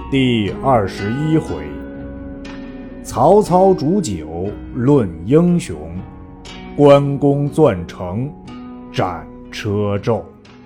第21回，曹操煮酒论英雄，关公钻城斩车胄。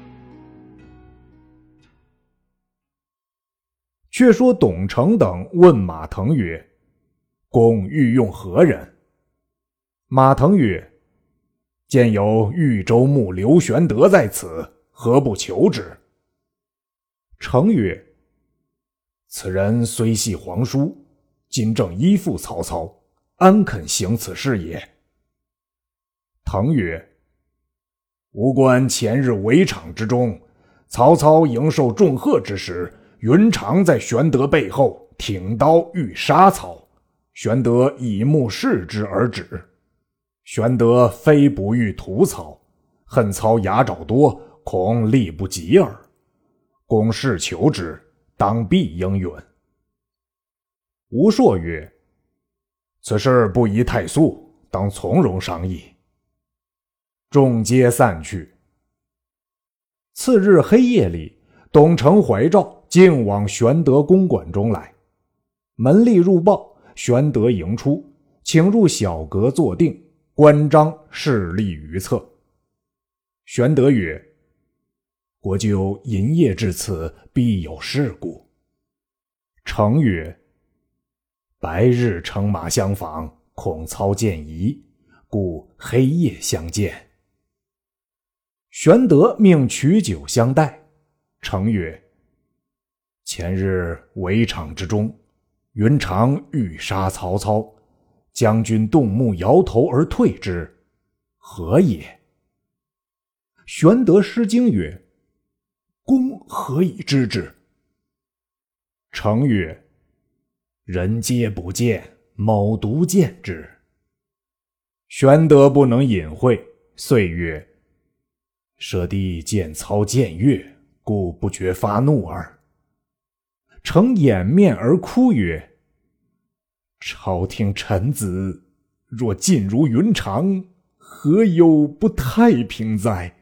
却说董承等问马腾曰：公欲用何人？马腾曰：见有豫州牧刘玄德在此，何不求之？承曰：此人虽系皇叔，今正依附曹操，安肯行此事也？腾曰：吾观前日围场之中，曹操迎受重贺之时，云长在玄德背后挺刀欲杀曹，玄德以目视之而止。玄德非不欲屠曹，恨曹牙爪多，恐力不及耳。公事求之，当必应允。吴硕曰：此事不宜太速，当从容商议。众皆散去。次日黑夜里，董承怀诏径往玄德公馆中来。门吏入报，玄德迎出，请入小阁坐定，关张侍立于侧。玄德曰：国舅营夜至此，必有事故。承曰：白日乘马相访，恐操见疑，故黑夜相见。玄德命取酒相待。承曰：前日围场之中，云长欲杀曹操，将军动目摇头而退之，何也？玄德失惊曰：公何以知之？承曰：人皆不见，某独见之。玄德不能隐晦，遂曰：舍弟见操僭越，故不觉发怒耳。承掩面而哭曰：朝廷臣子若尽如云长，何有不太平哉？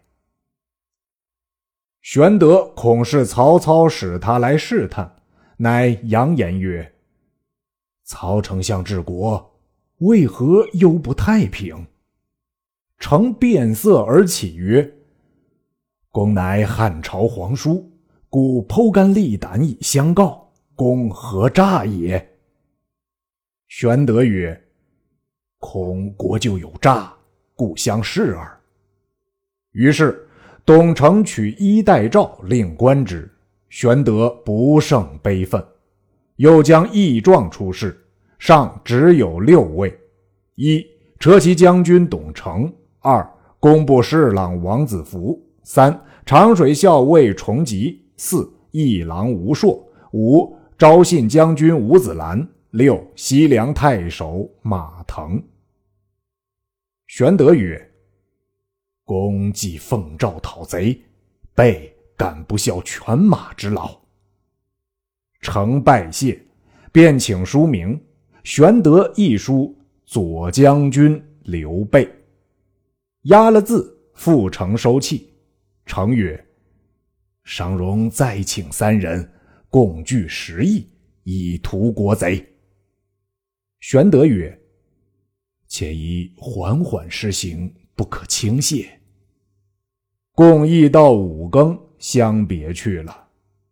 玄德恐是曹操使他来试探，乃扬言曰：曹丞相治国，为何忧不太平？承变色而起曰：公乃汉朝皇叔，故剖肝沥胆以相告，公何诈也？玄德曰：恐国舅有诈，故相视耳。于是董承取衣带诏令观之，玄德不胜悲愤，又将议状出示，上只有6位：一、车骑将军董承；二、工部侍郎王子服；三、长水校尉崇吉；四、议郎吴硕；五、昭信将军吴子兰；六、西凉太守马腾。玄德曰：公既奉诏讨贼，备敢不效犬马之劳。承拜谢，便请书名。玄德一书左将军刘备，押了字，付承收讫。承曰：尚容再请3人，共聚10亿，以图国贼。玄德曰：且宜缓缓施行，不可轻懈。共议到5更，相别去了。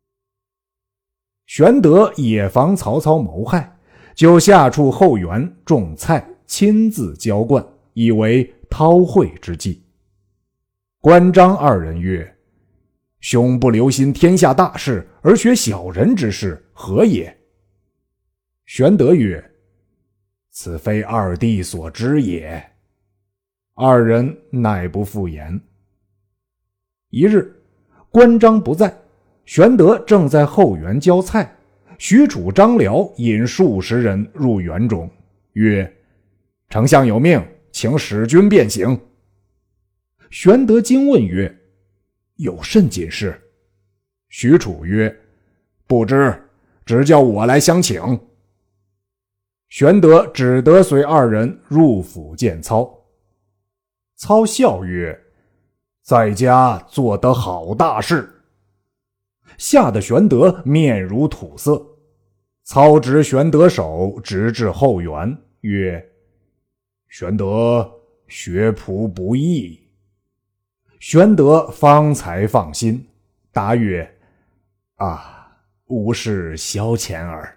玄德也防曹操谋害，就下处后园种菜，亲自浇灌，以为韬晦之计。关张2人曰：兄不留心天下大事，而学小人之事，何也？玄德曰：此非二弟所知也。2人乃不复言。一日，关张不在，玄德正在后园浇菜，许褚、张辽引数十人入园中，曰：丞相有命，请使君便行。玄德惊问曰：有甚紧事？许褚曰：不知，只叫我来相请。玄德只得随2人入府见操。操笑曰：在家做得好大事。吓得玄德面如土色， 操执玄德手，直至后园，曰：玄德学仆不易。玄德方才放心，答曰：吾是消遣耳。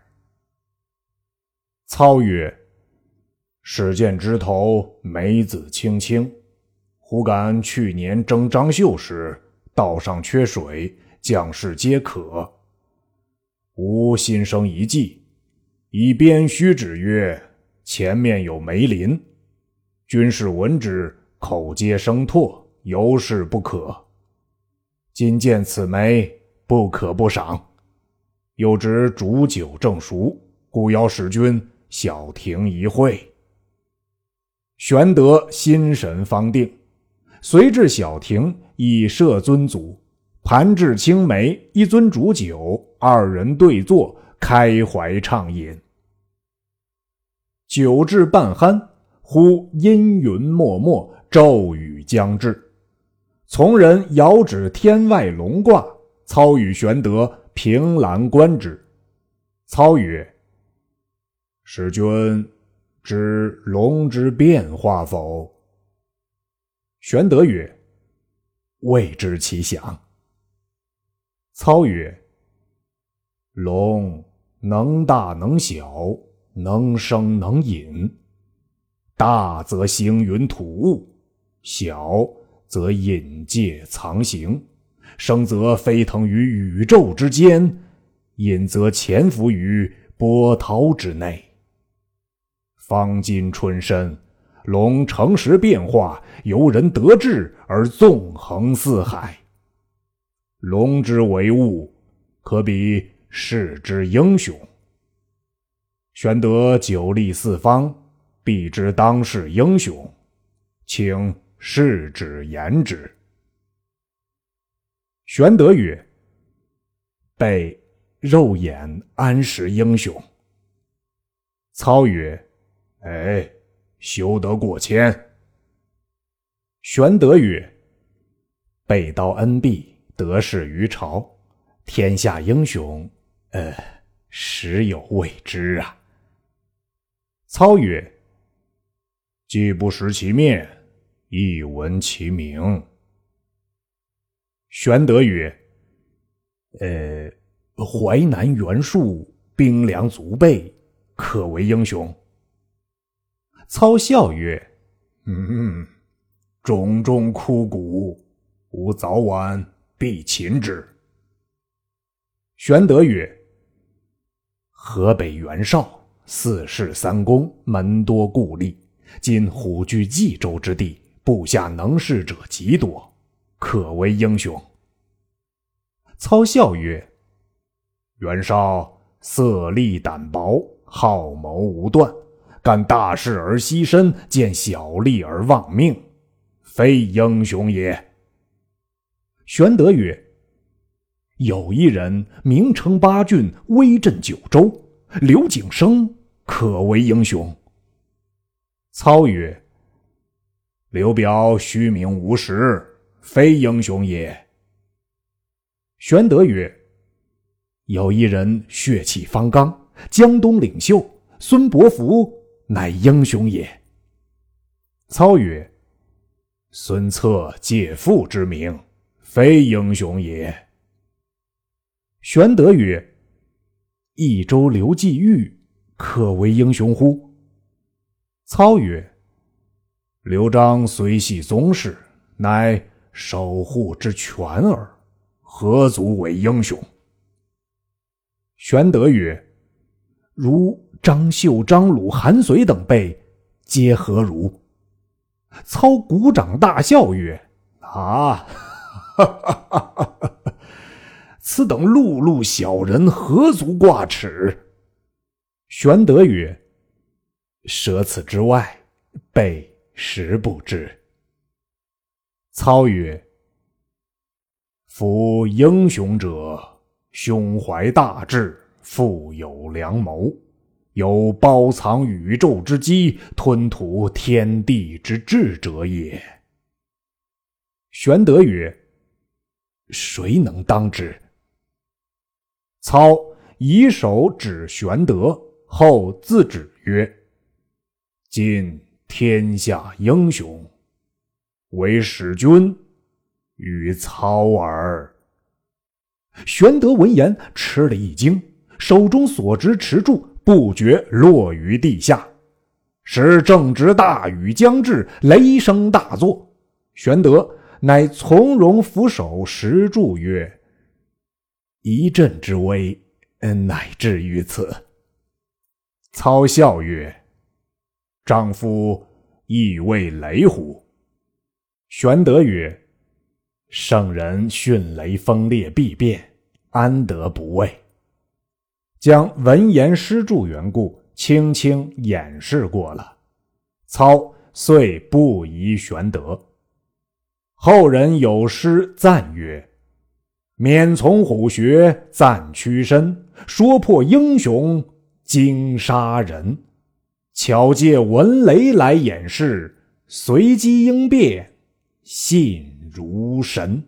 操曰：始见枝头梅子青青，忽感去年征张绣时，道上缺水，将士皆渴。吾心生一计，以鞭虚指曰：前面有梅林。军士闻之，口皆生唾，犹是不可。今见此梅，不可不赏。又知煮酒正熟，故邀使君小亭一会。玄德心神方定，随至小亭，以设尊祖，盘置青梅，一樽煮酒，二人对坐，开怀畅饮。酒至半酣，忽阴云漠漠，骤雨将至。从人遥指天外龙挂，操与玄德凭栏观之。操曰：使君知龙之变化否？玄德曰：未知其详。操曰：龙能大能小，能生能隐。大则行云吐雾，小则隐介藏形，生则飞腾于宇宙之间，隐则潜伏于波涛之内。方今春深，龙乘时变化，由人得志而纵横四海。龙之为物，可比世之英雄。玄德久历四方，必知当世英雄，请示之言之。玄德曰：备肉眼安识英雄？操曰：休得过谦。玄德曰：备刀恩毕，得势于朝，天下英雄，实有未知啊。操曰：既不识其面，亦闻其名。玄德曰：淮南袁术，兵粮足备，可为英雄。操笑曰：种种枯骨，吾早晚必擒之。玄德曰：河北袁绍，四世三公，门多故吏，今虎踞冀州之地，部下能事者极多，可为英雄。操笑曰：袁绍色厉胆薄，好谋无断，干大事而牺牲，见小利而忘命，非英雄也。玄德曰：有一人名称八郡，威震九州，刘景升可为英雄。操曰：刘表虚名无实，非英雄也。玄德曰：有一人血气方刚，江东领袖，孙伯符乃英雄也。操曰：孙策借父之名，非英雄也。玄德曰：益州刘季玉可为英雄乎？操曰：刘璋虽系宗室，乃守护之权耳，何足为英雄？玄德曰：如张绣、张鲁、韩遂等辈，皆何如？操鼓掌大笑曰：此等碌碌小人，何足挂齿？玄德曰：舍此之外，备实不知。操曰：夫英雄者，胸怀大志，富有良谋，有包藏宇宙之机，吞吐天地之志者也。玄德曰：谁能当之？操以手指玄德，后自指曰：今天下英雄，唯使君与操耳。玄德闻言吃了一惊，手中所执持柱不觉落于地下。时正值大雨将至，雷声大作，玄德乃从容俯首石柱曰：一阵之危，乃至于此。操笑曰：丈夫亦未雷乎？玄德曰：圣人迅雷锋烈必变，安得不畏？将文言诗注缘故轻轻掩饰过了。操遂不疑玄德。后人有诗赞曰：免从虎穴赞屈身，说破英雄惊杀人。巧借文雷来掩饰，随机应变信如神。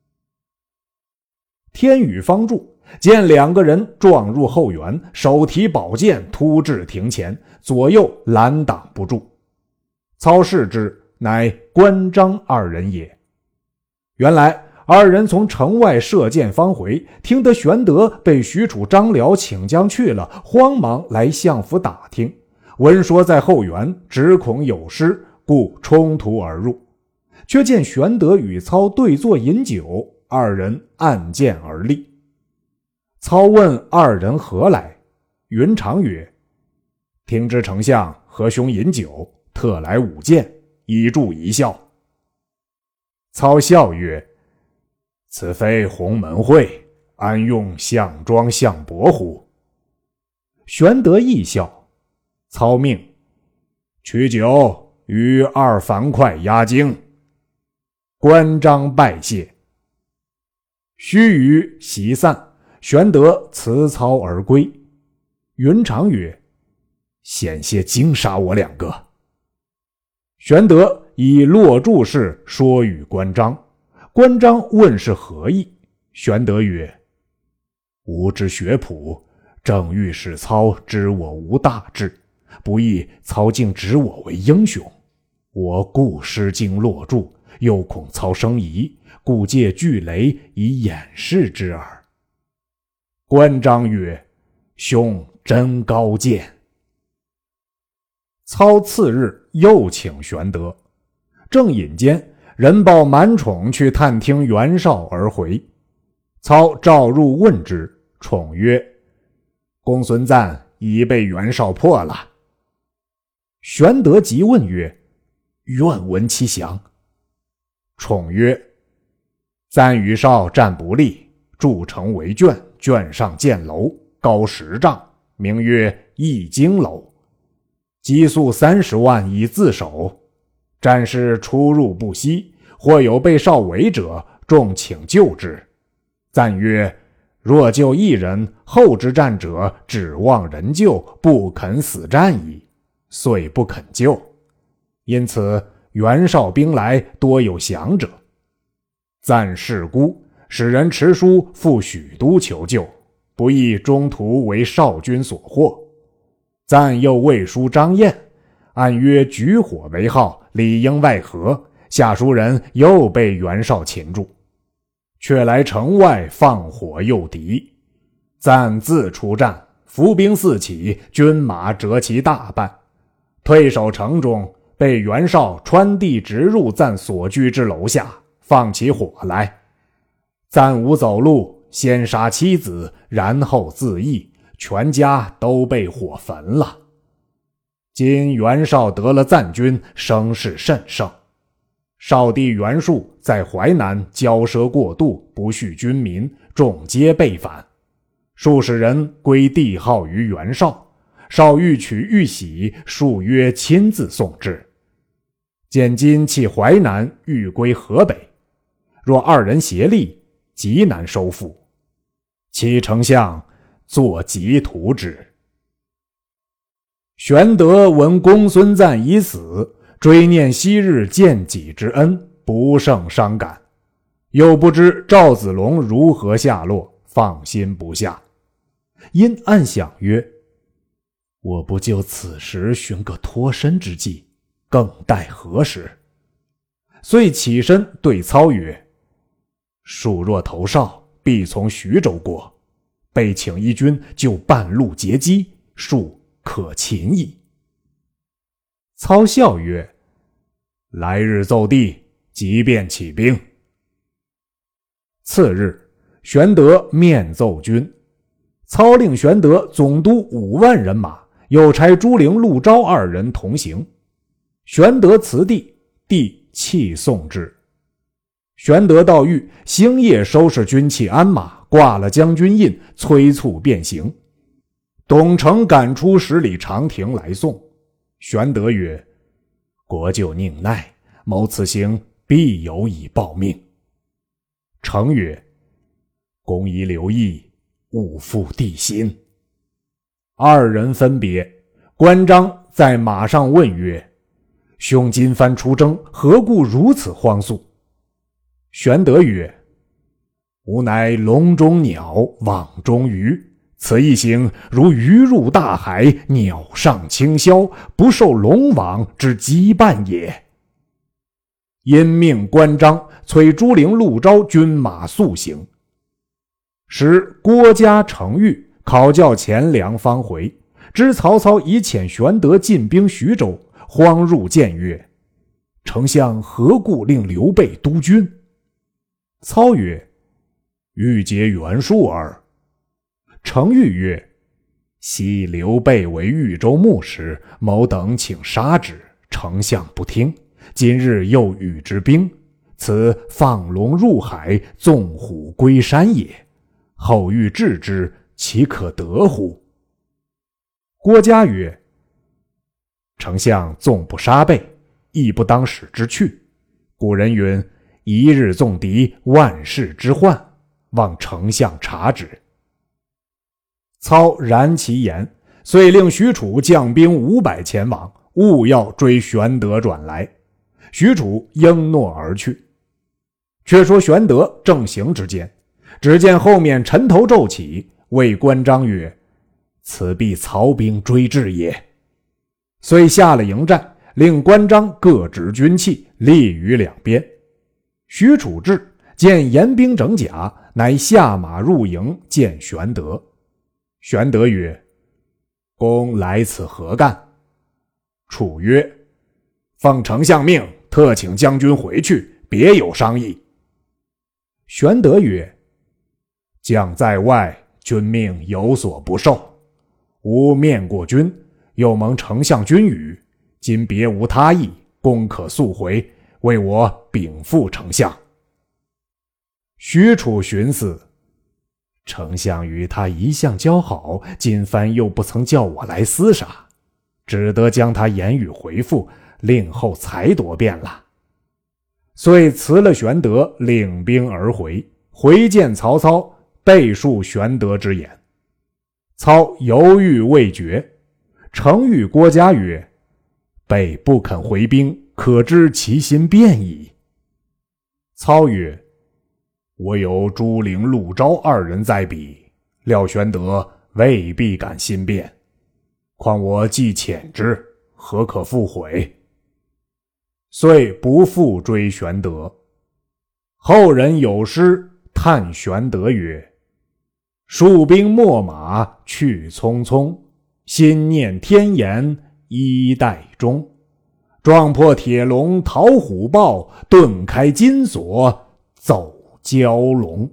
天雨方住，见两个人撞入后园，手提宝剑突至庭前，左右拦挡不住。操视之，乃关张二人也。原来二人从城外射箭方回，听得玄德被许褚、张辽请将去了，慌忙来相府打听，闻说在后园，只恐有失，故冲突而入。却见玄德与操对坐饮酒，二人按剑而立。操问二人何来，云长曰：听知丞相和兄饮酒，特来舞剑，以助一笑。操笑曰：此非鸿门会，安用项庄项伯乎？玄德亦笑。操命取酒与二樊哙压惊。关张拜谢。须臾席散，玄德辞操而归。云长曰：险些惊杀我两个。玄德以落柱事说与关张，关张问是何意，玄德曰：吾之学朴，正欲使操知我无大志，不意操竟指我为英雄，我故失惊落柱，又恐操生疑，故借巨雷以掩饰之耳。关张曰：兄真高见。操次日又请玄德，正饮间，人报满宠去探听袁绍而回。操召入问之，宠曰：公孙瓒已被袁绍破了。玄德急问曰：愿闻其详。宠曰：瓒与绍战不利，筑城为圈，圈上建楼，高10丈，名曰易经楼，积粟30万以自守。战士出入不息，或有被绍围者，众请救之。赞曰：若救一人，后之战者指望人救，不肯死战矣，遂不肯救。因此袁绍兵来，多有降者。赞事孤，使人持书赴许都求救，不意中途为绍军所获。赞又畏书张燕，按约举火为号，里应外合，下书人又被袁绍擒住，却来城外放火诱敌。赞自出战，伏兵四起，军马折其大半，退守城中，被袁绍穿地直入赞所居之楼下，放起火来。赞无走路，先杀妻子，然后自缢，全家都被火焚了。今袁绍得了赞军，声势甚盛。少帝袁术在淮南骄奢过度，不恤军民，众皆被反。数十人归帝号于袁绍，绍欲取欲喜，术曰亲自送之。见今弃淮南，欲归河北，若二人协力，极难收复。启丞相作急图之。玄德闻公孙瓒已死，追念昔日见己之恩，不胜伤感，又不知赵子龙如何下落，放心不下。 因暗想曰：我不就此时寻个脱身之计，更待何时？遂起身对操曰：蜀若投绍，必从徐州过，备请一军就半路截击，蜀可擒矣。操笑曰：来日奏帝，即便起兵。次日，玄德面奏军，操令玄德总督5万人马，又差朱灵、陆昭2人同行。玄德辞帝，帝泣送之。玄德到狱，星夜收拾军器鞍马，挂了将军印，催促便行。董承赶出10里长亭来送。玄德曰：国舅宁耐，谋此行必有以报命。承曰：公宜留意，勿负帝心。2人分别，关张在马上问曰：兄今番出征，何故如此慌速？玄德曰：吾乃笼中鸟，网中鱼，此一行如鱼入大海，鸟上青霄，不受龙网之羁绊也。因命关张催朱灵、陆昭军马速行。时郭嘉、程昱考教钱粮方回，知曹操已遣玄德进兵徐州，慌入见曰：丞相何故令刘备督军？操曰：欲结袁术耳。程昱曰：昔刘备为豫州牧时，某等请杀之，丞相不听，今日又与之兵，此放龙入海，纵虎归山也，后欲制之，岂可得乎？郭嘉曰：丞相纵不杀备，亦不当使之去。古人云：一日纵敌，万世之患，望丞相察之。操然其言，遂令许褚将兵500前往，务要追玄德转来。许褚应诺而去。却说玄德正行之间，只见后面尘头骤起，谓关张曰：此必曹兵追至也。遂下了营寨，令关张各执军器，立于两边。许褚至，见严兵整甲，乃下马入营见玄德。玄德曰：公来此何干？楚曰：奉丞相命，特请将军回去，别有商议。玄德曰：将在外，君命有所不受，吾面过君，又蒙丞相君语，今别无他意，公可速回，为我禀复丞相。许褚寻思，丞相与他一向交好，今番又不曾叫我来厮杀，只得将他言语回复，令后裁夺便了。遂辞了玄德，领兵而回，回见曹操，备述玄德之言。操犹豫未决，程昱、郭嘉曰：备不肯回兵，可知其心变矣。操曰：我有朱灵、陆昭2人在彼，料玄德未必敢心变，况我既遣之，何可复悔？遂不复追玄德。后人有诗叹玄德曰：戍兵秣马去匆匆，心念天颜衣带中，撞破铁笼逃虎豹，顿开金锁走蛟龙。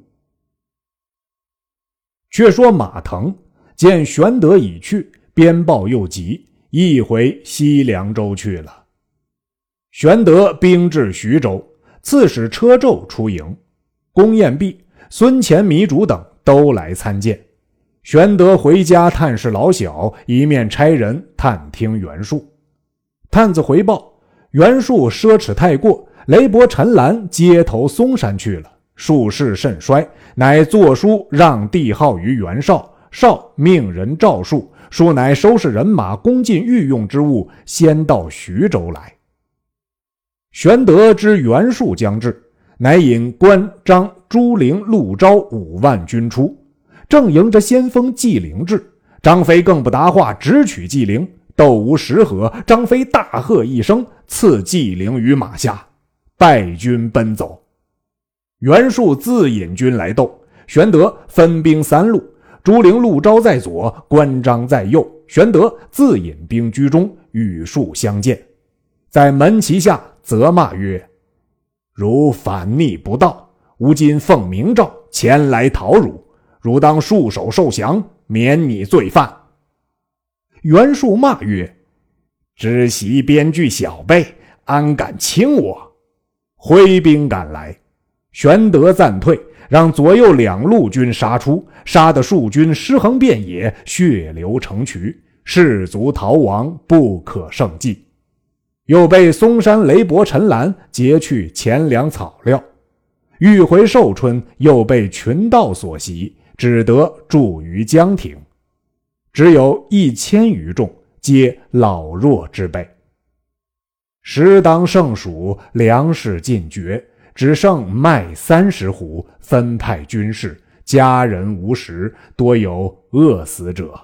却说马腾见玄德已去，鞭报又急，一回西凉州去了。玄德兵至徐州，刺史车胄出营，公宴毕，孙乾、糜竺等都来参见。玄德回家探视老小，一面差人探听袁术。探子回报，袁术奢侈太过，雷伯、陈兰街头嵩山去了，术势甚衰，乃作书让帝号于袁绍，绍命人诏术，术乃收拾人马，攻进御用之物，先到徐州来。玄德知袁术将至，乃引关张、朱灵、陆昭5万军出， 正迎着先锋纪灵至。张飞更不答话，直取纪灵。斗无10合，张飞大喝一声，刺纪灵于马下，败军奔走。袁术自引军来斗，玄德分兵3路，朱灵、陆昭在左，关张在右，玄德自引兵居中，与术相见，在门旗下责骂曰：汝反逆不道，吾今奉明诏前来讨汝，汝当束手受降，免你罪犯。袁术骂曰：知悉边惧小辈，安敢轻我？挥兵赶来，玄德暂退，让左右2路军杀出，杀得数军尸横遍野，血流成渠，士卒逃亡，不可胜计。又被嵩山雷伯陈兰劫去钱粮草料，欲回寿春，又被群盗所袭，只得驻于江亭。只有1000余众，皆老弱之辈。时当盛暑，粮食尽绝，只剩麦30斛，分派军士，家人无食，多有饿死者。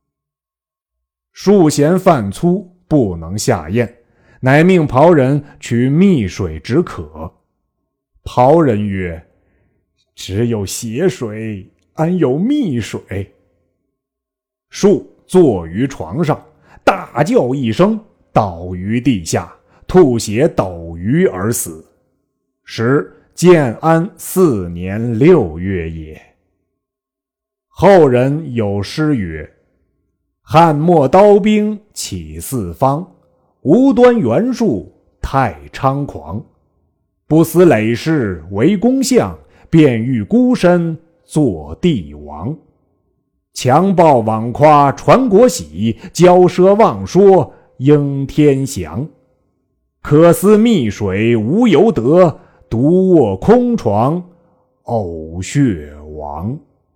数嫌饭粗，不能下咽，乃命袍人取蜜水止渴。袍人曰：只有血水，安有蜜水？术坐于床上，大叫一声，倒于地下，吐血斗余而死。时建安4年6月也。后人有诗曰：汉末刀兵起四方，无端袁术太猖狂。不思累世为公相，便欲孤身做帝王。强暴枉夸传国喜，骄奢妄说应天祥。可思蜜水无由得，独卧空床呕血亡。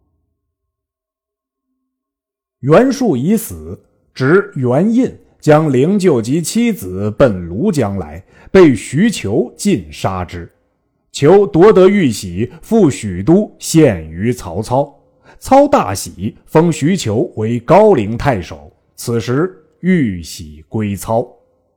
袁术已死，指袁印将灵柩及妻子奔庐江来，被徐求尽杀之。求夺得玉玺，赴许都献于曹操。操大喜，封徐求为高陵太守。此时玉玺归操。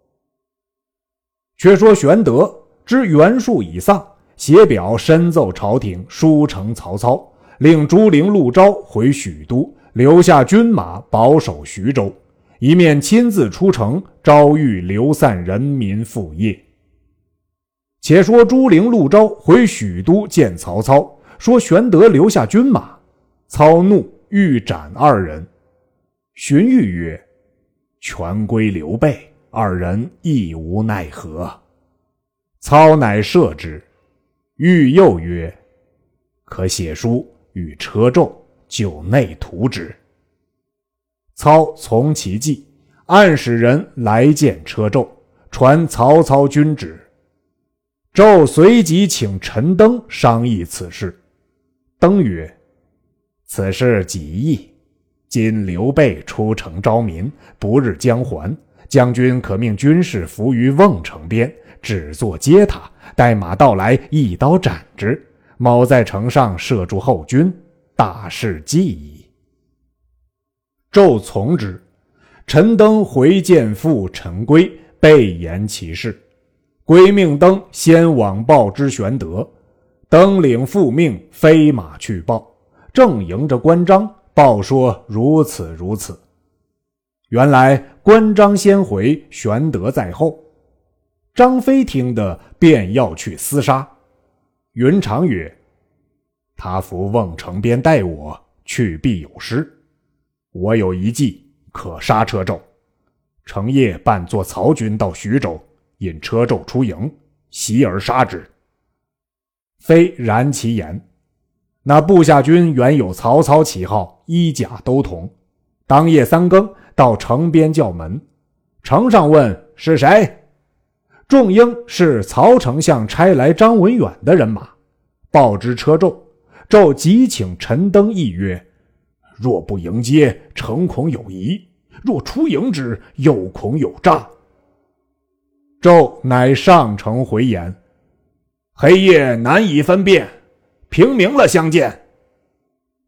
却说玄德知袁术已丧，写表申奏朝廷，书呈曹操，令朱灵、陆昭回许都，留下军马保守徐州，一面亲自出城招谕流散人民复业。且说朱灵、陆昭回许都见曹操，说玄德留下军马。操怒，欲斩2人。荀彧曰：权归刘备，2人亦无奈何。操乃赦之。彧又曰：可写书与车胄，就内图之。操从其计，暗使人来见车胄，传曹操军旨。纣随即请陈登商议此事。登曰：此事己易，今刘备出城招民，不日将还，将军可命军士伏于瓮城边，只做接他，待马到来，一刀斩之。某在城上射住后军，大事既矣。纣从之。陈登回见父陈规，备言其事。规命登先往报之玄德。登领父命，飞马去报。正迎着关张，报说如此如此。原来关张先回，玄德在后。张飞听得，便要去厮杀。云长曰：他伏瓮城边待我，去必有失。我有一计，可杀车胄。成夜扮作曹军到徐州，引车胄出营，袭而杀之。飞然其言。那部下军原有曹操旗号，衣甲都同。当夜3更，到城边叫门。城上问是谁，众应是曹丞相差来张文远的人马。报之车胄，胄急请陈登议曰：若不迎接，诚恐有疑；若出迎之，又恐有诈。纣乃上呈回言：黑夜难以分辨，平明了相见。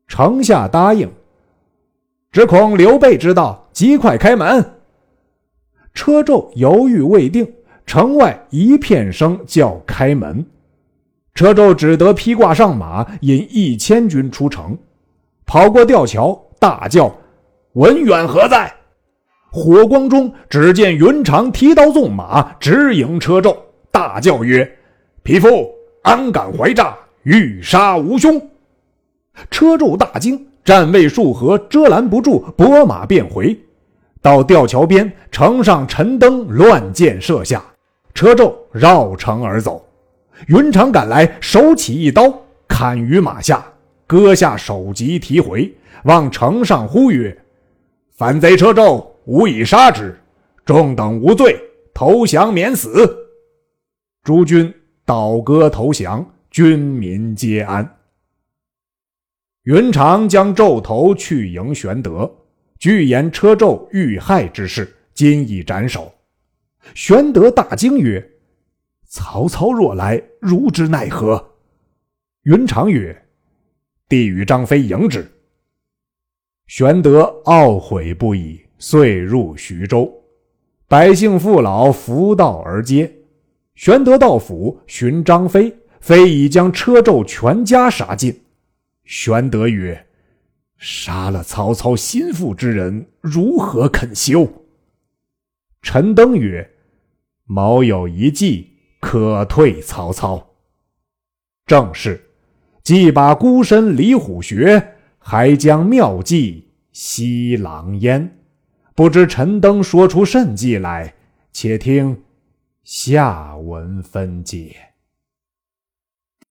城下答应，只恐刘备知道，即快开门。车胄犹豫未定，城外一片声叫开门。车胄只得披挂上马，引1000军出城，跑过吊桥，大叫：文远何在？火光中，只见云长提刀纵马，直迎车胄，大叫曰：匹夫安敢怀诈，欲杀吾兄！车胄大惊，战未数合，遮拦不住，拨马便回。到吊桥边，城上陈登乱箭射下，车胄绕城而走。云长赶来，手起一刀，砍于马下，割下首级提回，望城上呼曰：反贼车胄，吾已杀之，众等无罪，投降免死。诸军倒戈投降，军民皆安。云长将胄头去迎玄德，据言车胄遇害之事，今已斩首。玄德大惊曰：曹操若来，如之奈何？云长曰：弟与张飞迎之。玄德懊悔不已，遂入徐州。百姓父老扶道而接。玄德到府寻张飞，飞已将车胄全家杀尽。玄德曰：杀了曹操心腹之人，如何肯休？陈登曰：某有一计，可退曹操。正是既把孤身离虎穴，还将妙计吸狼烟。不知陈登说出甚计来，且听下文分解。